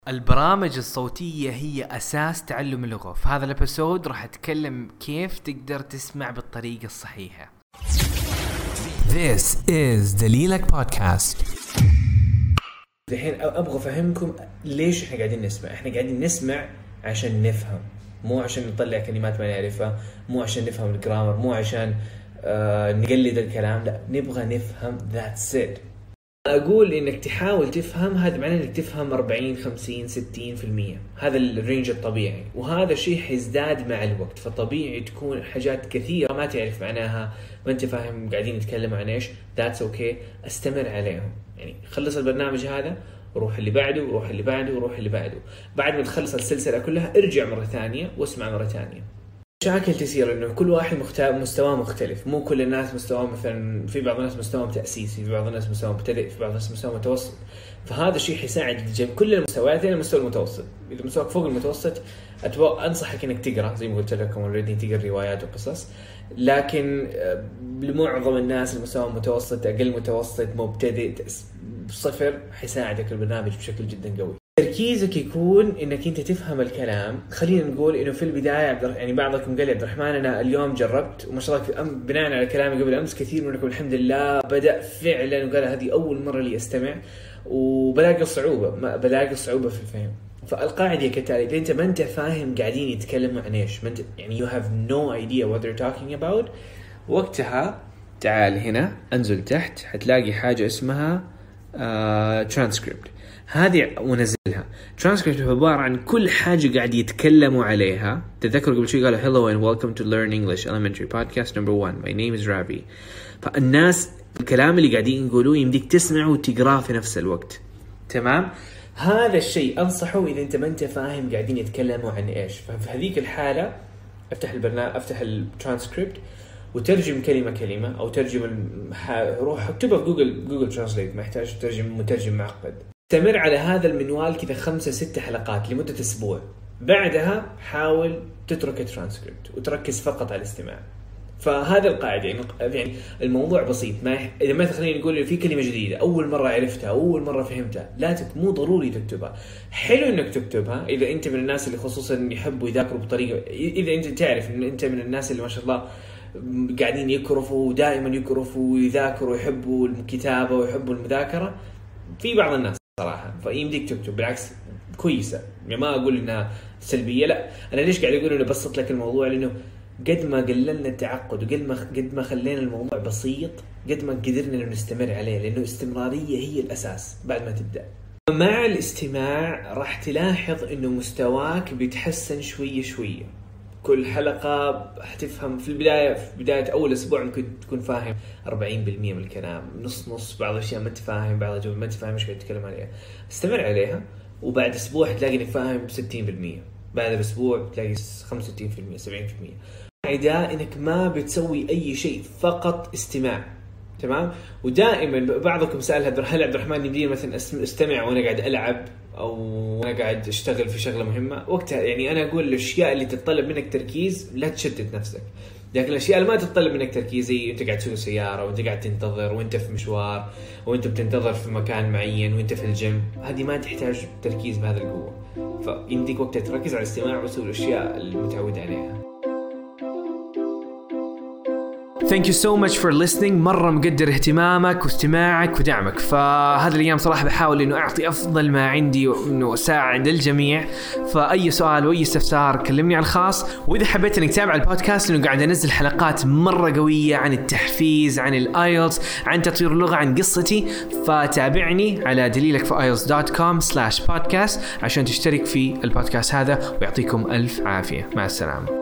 البرامج الصوتية هي أساس تعلم اللغة. في هذا الابيسود راح أتكلم كيف تقدر تسمع بالطريقة الصحيحة. This is دليلك بودكاست. الحين أبغى أفهمكم ليش إحنا قاعدين نسمع. إحنا قاعدين نسمع عشان نفهم، مو عشان نطلع كلمات ما نعرفها، مو عشان نفهم الجرامر، مو عشان نقلد الكلام. لا، نبغى نفهم. That's it. أقول إنك تحاول تفهم، هذا معناه إنك تفهم 40 50 60%. هذا الرينج الطبيعي، وهذا الشيء حيزداد مع الوقت. فطبيعي تكون حاجات كثيرة ما تعرف معناها، ما أنت فاهم قاعدين نتكلم عن إيش. That's okay. استمر عليهم. يعني خلص البرنامج هذا، روح اللي بعده، وروح اللي بعده، وروح اللي بعده. بعد ما تخلص السلسلة كلها ارجع مرة ثانية واسمع مرة ثانية. مشاكل تصير انه كل واحد مستواه مختلف. مو كل الناس مستواهم مثلا، في بعض الناس مستواهم تأسيسي، في بعض الناس مستواهم مبتدئ، في بعض الناس مستواهم متوسط. فهذا الشيء حيساعد كل المستويات الى المستوى المتوسط. اذا مستواك فوق المتوسط انصحك انك تقرا زي ما قلت لكم اوريدي، تقرا روايات وقصص. لكن لمعظم الناس المستوى متوسط، اقل متوسط، مبتدئ، صفر، حيساعدك البرنامج بشكل جدا قوي. تركيزك يكون انك انت تفهم الكلام. خلينا نقول انه في البدايه يعني بعضكم قال لي عبد الرحمن انا اليوم جربت وما شاء الله بناء على كلامي قبل امس كثير منكم الحمد لله بدا فعلا وقال هذه اول مره لي استمع، وبلاقي الصعوبه في الفهم. فالقاعده كالتالي: اذا انت ما انت فاهم قاعدين يتكلموا عن ايش، يعني you have no idea what they're talking about، وقتها تعال هنا انزل تحت حتلاقي حاجه اسمها transcript. هذه ونزلها. transcript عبارة عن كل حاجة قاعد يتكلموا عليها. تذكروا قبل شوي قالوا hello and welcome to Learn English Elementary Podcast number 1. My name is Ravi. فالناس الكلام اللي قاعدين يقولوه يمديك تسمعه وتقراه في نفس الوقت. تمام؟ هذا الشيء أنصحه إذا أنت ما أنت فاهم قاعدين يتكلموا عن إيش. ففي هذيك الحالة افتح الترانسكريبت وترجم كلمة أو ترجم روح اكتبها في جوجل ترانسليت، ما يحتاج ترجم مترجم معقد. استمر على هذا المنوال كذا 5-6 حلقات لمدة أسبوع. بعدها حاول تترك الترانسكريبت وتركز فقط على الاستماع. فهذا القاعدة. يعني الموضوع بسيط. إذا ما خلينا نقول في كلمة جديدة أول مرة عرفتها، أول مرة فهمتها، مو ضروري تكتبها. حلو إنك تكتبها إذا أنت من الناس اللي خصوصا يحبوا يذاكروا بطريقة. إذا أنت تعرف إن أنت من الناس اللي ما شاء الله قاعدين يكرفوا دائما يكرفوا ويذاكروا ويحبوا الكتابة ويحبوا المذاكرة، في بعض الناس صراحة فيمديك تكتب. بالعكس كويسة، يعني ما أقول إنها سلبية، لا. أنا ليش قاعد أقول إنه بسط لك الموضوع؟ لأنه قد ما قللنا التعقد وقد ما خلينا الموضوع بسيط، قد ما قدرنا إنه نستمر عليه، لأنه استمرارية هي الأساس. بعد ما تبدأ مع الاستماع راح تلاحظ إنه مستواك بيتحسن شوية. كل حلقة حتفهم. في بداية أول أسبوع ممكن تكون فاهم 40% من الكلام، نص بعض الأشياء ما تفاهم، بعض الجمل ما تفهم إيش قاعد تتكلم عليها. استمر عليها وبعد أسبوع تلاقي إنك فاهم 60%، بعد أسبوع تلاقي 65% 70%. قاعدة إنك ما بتسوي أي شيء، فقط استماع. تمام؟ ودائما بعضكم سأل هل عبد الرحمن يمديني مثلا استمع وأنا قاعد ألعب أو أنا قاعد أشتغل في شغلة مهمة؟ وقتها يعني أنا أقول الأشياء اللي تتطلب منك تركيز لا تشتت نفسك. لكن الأشياء اللي ما تتطلب منك تركيز زي أنت قاعد تسوق سيارة وأنت قاعد تنتظر وأنت في مشوار وأنت بتنتظر في مكان معين وأنت في الجيم، هذه ما تحتاج تركيز بهذا القوة. فيمديك وقتها تركز على الاستماع وتسوي الأشياء المتعود عليها. Thank you so much for listening. مرة مقدر اهتمامك واستماعك ودعمك. فهذا الأيام صراحة بحاول إنه أعطي أفضل ما عندي وإنه أساعد الجميع. فأي سؤال وأي استفسار كلمني على الخاص. وإذا حبيت إنك تتابع البودكاست لأنه قاعد أنزل حلقات مرة قوية عن التحفيز، عن الآيلتس، عن تطوير اللغة، عن قصتي، فتابعني على دليلكفي.ielts.com/podcast عشان تشترك في البودكاست هذا. ويعطيكم ألف عافية. مع السلامة.